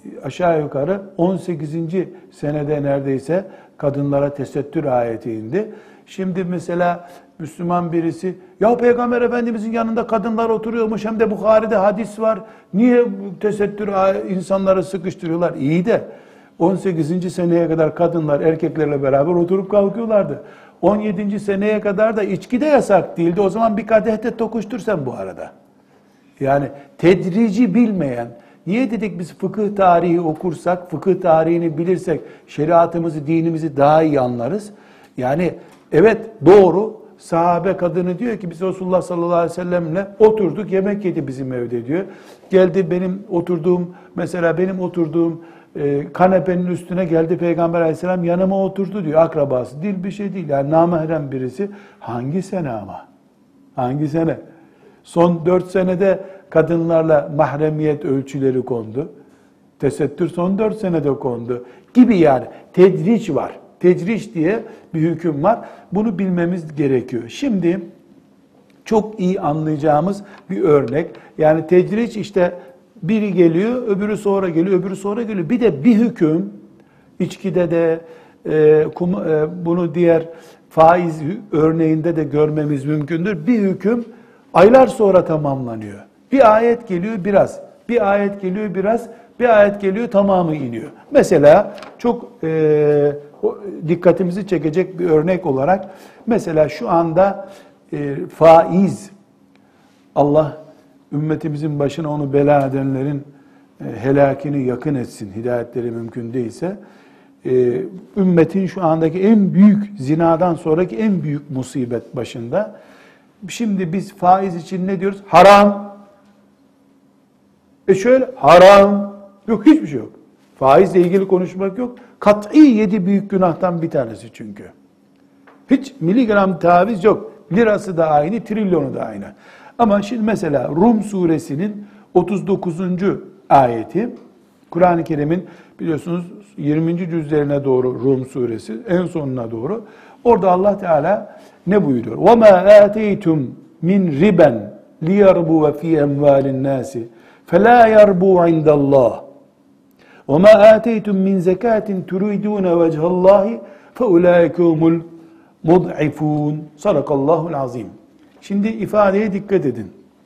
aşağı yukarı 18. senede neredeyse kadınlara tesettür ayeti indi. Şimdi mesela Müslüman birisi, ya Peygamber Efendimizin yanında kadınlar oturuyormuş, hem de Bukhari'de hadis var, niye tesettür insanları sıkıştırıyorlar? İyi de 18. seneye kadar kadınlar erkeklerle beraber oturup kalkıyorlardı. 17. seneye kadar da içki de yasak değildi. O zaman bir kadehte tokuştur sen bu arada. Yani tedrici bilmeyen, niye dedik biz fıkıh tarihi okursak, fıkıh tarihini bilirsek şeriatımızı, dinimizi daha iyi anlarız. Yani evet, doğru, sahabe kadını diyor ki biz Resulullah sallallahu aleyhi ve sellemle oturduk, yemek yedi bizim evde diyor. Geldi benim oturduğum kanepenin üstüne geldi Peygamber aleyhisselam yanıma oturdu diyor, akrabası değil, bir şey değil. Yani namahrem birisi. Hangi sene ama? Hangi sene? Son 4 senede kadınlarla mahremiyet ölçüleri kondu. Tesettür son 4 senede kondu gibi yani. Tedriç var. Tedriç diye bir hüküm var. Bunu bilmemiz gerekiyor. Şimdi çok iyi anlayacağımız bir örnek. Yani tedriç işte biri geliyor, öbürü sonra geliyor, öbürü sonra geliyor. Bir de bir hüküm, içkide de bunu diğer faiz örneğinde de görmemiz mümkündür. Bir hüküm aylar sonra tamamlanıyor. Bir ayet geliyor biraz, bir ayet geliyor biraz, bir ayet geliyor tamamı iniyor. Mesela çok dikkatimizi çekecek bir örnek olarak, mesela şu anda faiz, Allah ümmetimizin başına onu bela edenlerin helakini yakın etsin, hidayetleri mümkün değilse, ümmetin şu andaki en büyük, zinadan sonraki en büyük musibet başında. Şimdi biz faiz için ne diyoruz? Haram. Şöyle haram. Yok, hiçbir şey yok. Faizle ilgili konuşmak yok. Kat'i 7 büyük günahtan bir tanesi çünkü. Hiç miligram taviz yok. Lirası da aynı, trilyonu da aynı. Ama şimdi mesela Rum suresinin 39. ayeti, Kur'an-ı Kerim'in biliyorsunuz 20. cüzlerine doğru Rum suresi, en sonuna doğru. Orada Allah Teala ne buyuruyor? وَمَا آتَيْتُمْ مِنْ رِبًا لِيَرْبُوَ فِي اَمْوَالِ النَّاسِ فَلَا يَرْبُوا عِنْدَ اللّٰهِ وَمَا آتَيْتُمْ مِنْ زَكَاةٍ تُرِيدُونَ وَجْهَ اللّٰهِ فَاُولَٰئِكَ هُمُ الْمُضْعِفُونَ Sadakallahu azim. Şimdi ifadeye dikkat edin.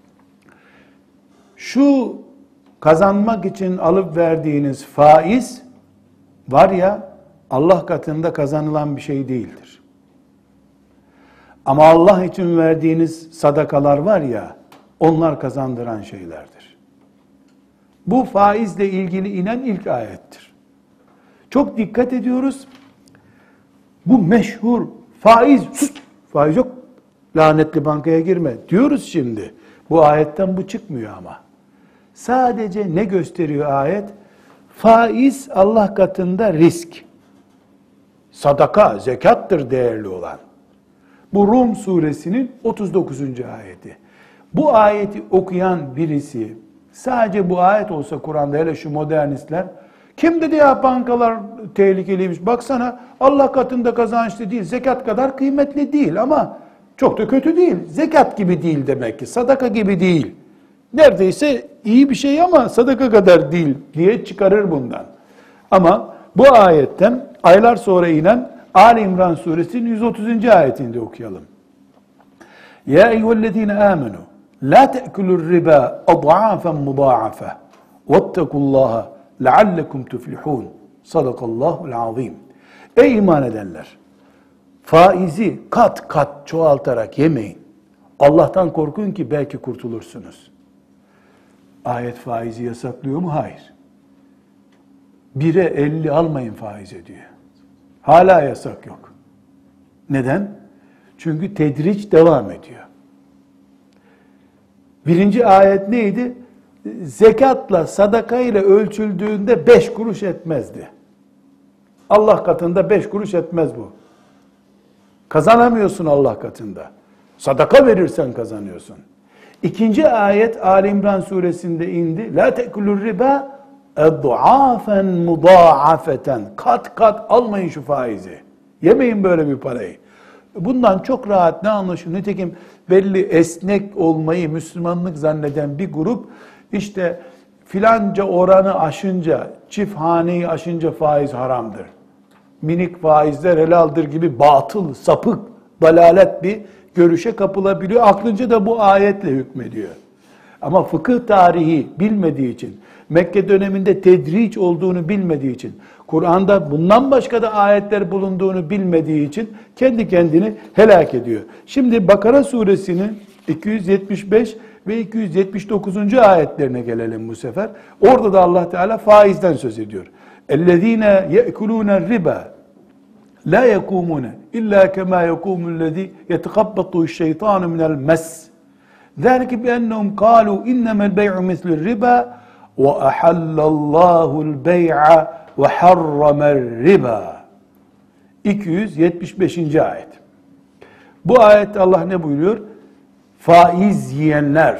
Şu kazanmak için alıp verdiğiniz faiz var ya, Allah katında kazanılan bir şey değildir. Ama Allah için verdiğiniz sadakalar var ya, onlar kazandıran şeylerdir. Bu faizle ilgili inen ilk ayettir. Çok dikkat ediyoruz. Bu meşhur faiz, sus, faiz yok, lanetli bankaya girme diyoruz şimdi. Bu ayetten bu çıkmıyor ama. Sadece ne gösteriyor ayet? Faiz Allah katında risk. Sadaka, zekattır değerli olan. Bu Rum suresinin 39. ayeti. Bu ayeti okuyan birisi, sadece bu ayet olsa Kur'an'da, hele şu modernistler, kim dedi ya bankalar tehlikeliymiş, baksana Allah katında kazançlı değil, zekat kadar kıymetli değil ama çok da kötü değil. Zekat gibi değil demek ki, sadaka gibi değil. Neredeyse iyi bir şey ama sadaka kadar değil diye çıkarır bundan. Ama bu ayetten aylar sonra inen Ali İmran suresinin 130. ayetinde okuyalım. Ya eyyühellezine amenu la te'kulur riba ad'afen mudâafe vettekullaha leallekum tuflihun. Sadakallahul azim. Ey iman edenler! Faizi kat kat çoğaltarak yemeyin. Allah'tan korkun ki belki kurtulursunuz. Ayet faizi yasaklıyor mu? Hayır. 1'e 50 almayın faize diyor. Hala yasak yok. Neden? Çünkü tedriç devam ediyor. 1. ayet neydi? Zekatla, sadaka ile ölçüldüğünde 5 kuruş etmezdi. Allah katında 5 kuruş etmez bu. Kazanamıyorsun Allah katında. Sadaka verirsen kazanıyorsun. 2. ayet Ali İmran suresinde indi. La te'kulur riba ed'afen mudâafeten. Kat kat almayın şu faizi. Yemeyin böyle bir parayı. Bundan çok rahat ne anlaşılıyor? Nitekim belli esnek olmayı Müslümanlık zanneden bir grup, işte filanca oranı aşınca, çift haneyi aşınca faiz haramdır. Minik faizler helaldir gibi batıl, sapık, dalalet bir görüşe kapılabiliyor. Aklınca da bu ayetle hükmediyor. Ama fıkıh tarihi bilmediği için, Mekke döneminde tedriç olduğunu bilmediği için, Kur'an'da bundan başka da ayetler bulunduğunu bilmediği için kendi kendini helak ediyor. Şimdi Bakara suresinin 275 ve 279. ayetlerine gelelim bu sefer. Orada da Allah Teala faizden söz ediyor. اَلَّذ۪ينَ يَأْكُلُونَ الرِّبَا لَا يَقُومُونَ اِلَّا كَمَا يَقُومُ الَّذ۪ي يَتَقَبَّطُهُ الشَّيْطَانُ مِنَ الْمَسِّ ذَلِكَ بِأَنَّهُمْ قَالُوا اِنَّمَا الْبَيْعُ مِثْلُ الرِّبَا وَأَحَلَّ اللّٰهُ الْبَيْعَ وَحَرَّمَ الرِّبَا 275. ayet. Bu ayette Allah ne buyuruyor? Faiz yiyenler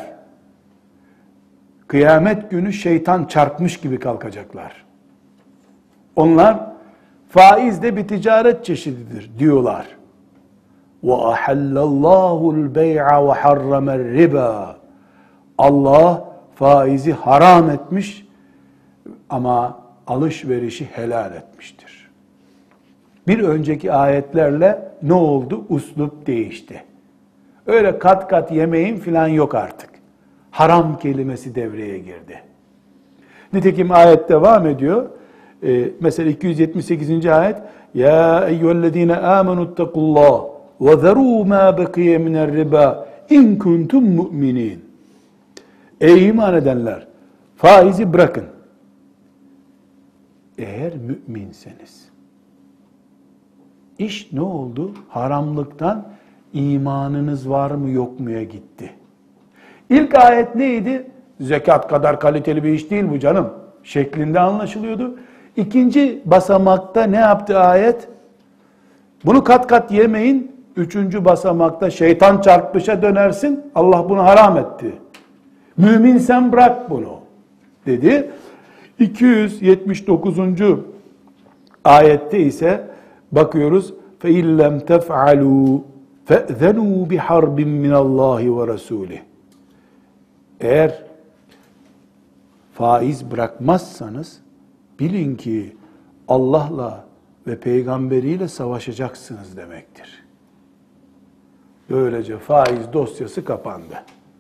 kıyamet günü şeytan çarpmış gibi kalkacaklar. Onlar faiz de bir ticaret çeşididir diyorlar. وَأَحَلَّ اللّٰهُ الْبَيْعَ وَحَرَّمَ الرِّبَا Allah faizi haram etmiş ama alışverişi helal etmiştir. Bir önceki ayetlerle ne oldu? Uslup değişti. Öyle kat kat yemeğin filan yok artık. Haram kelimesi devreye girdi. Nitekim ayet devam ediyor. Mesela 278. ayet Ya eyyühellezine amenuttakullah ve zerû mâ bekiye minel riba in kuntum mu'minin. Ey iman edenler, faizi bırakın. Eğer müminseniz. İş ne oldu? Haramlıktan imanınız var mı yok muya gitti. İlk ayet neydi? Zekat kadar kaliteli bir iş değil bu canım şeklinde anlaşılıyordu. İkinci basamakta ne yaptı ayet? Bunu kat kat yemeyin. Üçüncü basamakta şeytan çarpmışa dönersin. Allah bunu haram etti. Mümin sen bırak bunu dedi. 279. ayette ise bakıyoruz. فَاِنْ لَمْ تَفْعَلُوا فَأْذَنُوا بِحَرْبٍ مِّنَ اللّٰهِ وَرَسُولِهِ Eğer faiz bırakmazsanız bilin ki Allah'la ve peygamberiyle savaşacaksınız demektir. Böylece faiz dosyası kapandı.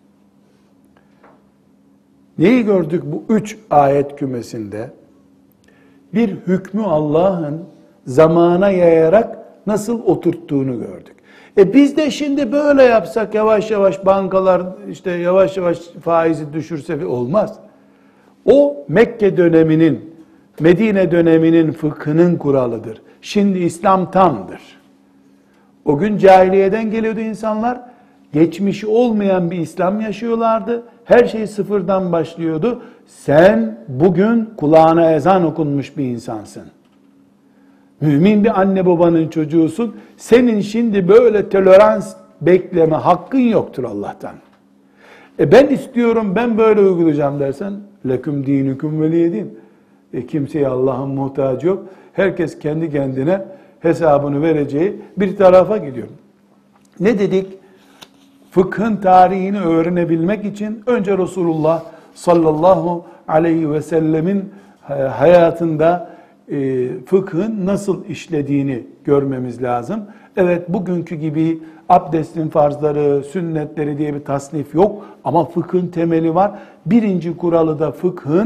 Neyi gördük bu 3 ayet kümesinde? Bir hükmü Allah'ın zamana yayarak nasıl oturttuğunu gördük. Biz de şimdi böyle yapsak yavaş yavaş bankalar işte yavaş yavaş faizi düşürse olmaz. O Mekke döneminin, Medine döneminin fıkhının kuralıdır. Şimdi İslam tamdır. O gün cahiliyeden geliyordu insanlar. Geçmişi olmayan bir İslam yaşıyorlardı. Her şey sıfırdan başlıyordu. Sen bugün kulağına ezan okunmuş bir insansın. Mümin bir anne babanın çocuğusun. Senin şimdi böyle tolerans bekleme hakkın yoktur Allah'tan. Ben istiyorum, ben böyle uygulayacağım dersen leküm dinüküm veliyedin. Kimseye Allah'ın muhtacı yok. Herkes kendi kendine hesabını vereceği bir tarafa gidiyor. Ne dedik? Fıkhın tarihini öğrenebilmek için önce Resulullah sallallahu aleyhi ve sellemin hayatında fıkhın nasıl işlediğini görmemiz lazım. Evet, bugünkü gibi abdestin farzları, sünnetleri diye bir tasnif yok ama fıkhın temeli var. Birinci kuralı da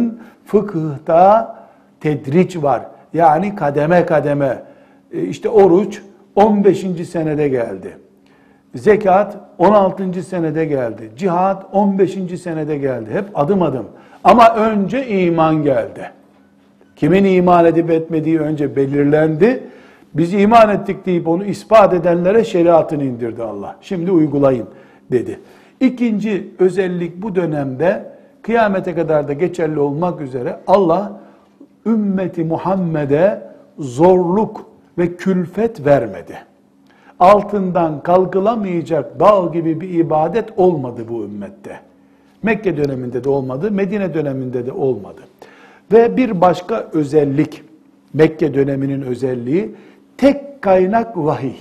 fıkıhta tedriç var. Yani kademe kademe. İşte oruç 15. senede geldi. Zekat 16. senede geldi. Cihad 15. senede geldi. Hep adım adım. Ama önce iman geldi. Kimin iman edip etmediği önce belirlendi. Biz iman ettik deyip onu ispat edenlere şeriatını indirdi Allah. Şimdi uygulayın dedi. İkinci özellik bu dönemde kıyamete kadar da geçerli olmak üzere Allah ümmeti Muhammed'e zorluk ve külfet vermedi. Altından kalkılamayacak dağ gibi bir ibadet olmadı bu ümmette. Mekke döneminde de olmadı, Medine döneminde de olmadı. Ve bir başka özellik, Mekke döneminin özelliği, tek kaynak vahiy.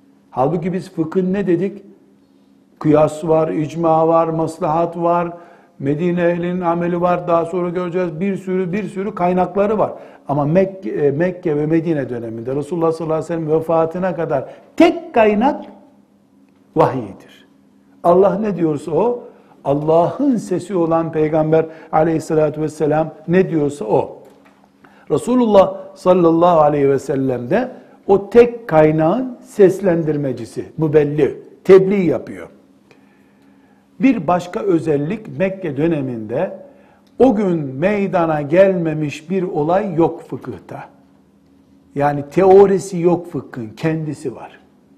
Halbuki biz fıkhın ne dedik? Kıyas var, icma var, maslahat var, Medine ehlinin ameli var, daha sonra göreceğiz, bir sürü kaynakları var. Ama Mekke ve Medine döneminde Resulullah sallallahu aleyhi ve sellem vefatına kadar tek kaynak vahiydir. Allah ne diyorsa o, Allah'ın sesi olan Peygamber aleyhissalatü vesselam ne diyorsa o. Resulullah sallallahu aleyhi ve sellem de o tek kaynağın seslendirmecisi, mübelli, tebliğ yapıyor. Bir başka özellik, Mekke döneminde o gün meydana gelmemiş bir olay yok fıkıhta. Yani teorisi yok fıkhın, kendisi var.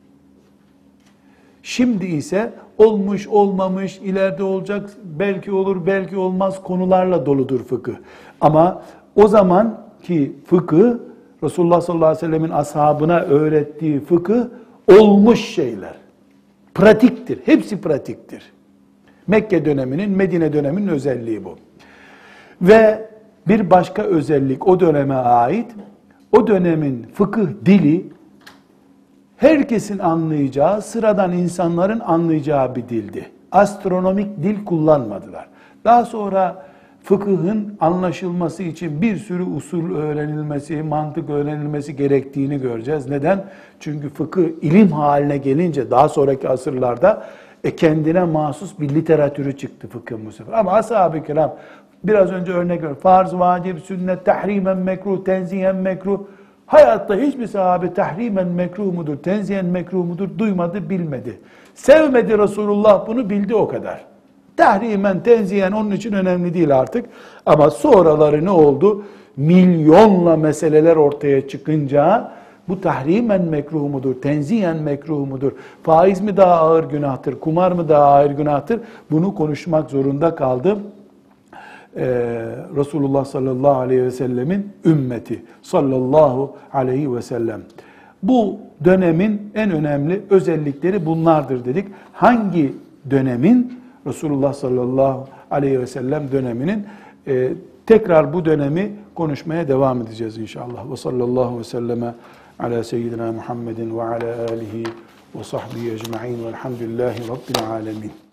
Şimdi ise olmuş, olmamış, ileride olacak, belki olur, belki olmaz konularla doludur fıkıh. Ama o zamanki fıkıh, Resulullah sallallahu aleyhi ve sellemin ashabına öğrettiği fıkıh olmuş şeyler. Pratiktir, hepsi pratiktir. Mekke döneminin, Medine döneminin özelliği bu. Ve bir başka özellik o döneme ait, o dönemin fıkıh dili, herkesin anlayacağı, sıradan insanların anlayacağı bir dildi. Astronomik dil kullanmadılar. Daha sonra fıkıhın anlaşılması için bir sürü usul öğrenilmesi, mantık öğrenilmesi gerektiğini göreceğiz. Neden? Çünkü fıkıh ilim haline gelince daha sonraki asırlarda kendine mahsus bir literatürü çıktı fıkhın bu sefer. Ama ashab-ı kiram biraz önce örnek veriyorum. Farz, vacip, sünnet, tahrimen mekruh, tenzihen mekruh. Hayatta hiçbir sahabe tahrimen mekruh mudur, tenzihen mekruh mudur duymadı, bilmedi. Sevmedi Resulullah, bunu bildi o kadar. Tahrimen, tenzihen onun için önemli değil artık. Ama sonraları ne oldu? Milyonla meseleler ortaya çıkınca bu tahrimen mekruh mudur, tenzihen mekruh mudur, faiz mi daha ağır günahtır, kumar mı daha ağır günahtır? Bunu konuşmak zorunda kaldı. Resulullah sallallahu aleyhi ve sellemin ümmeti sallallahu aleyhi ve sellem. Bu dönemin en önemli özellikleri bunlardır dedik. Hangi dönemin? Resulullah sallallahu aleyhi ve sellem döneminin. Tekrar bu dönemi konuşmaya devam edeceğiz inşallah. Ve sallallahu ve selleme ala seyyidina Muhammedin ve ala alihi ve sahbihi ecma'in velhamdülillahi rabbil alemin.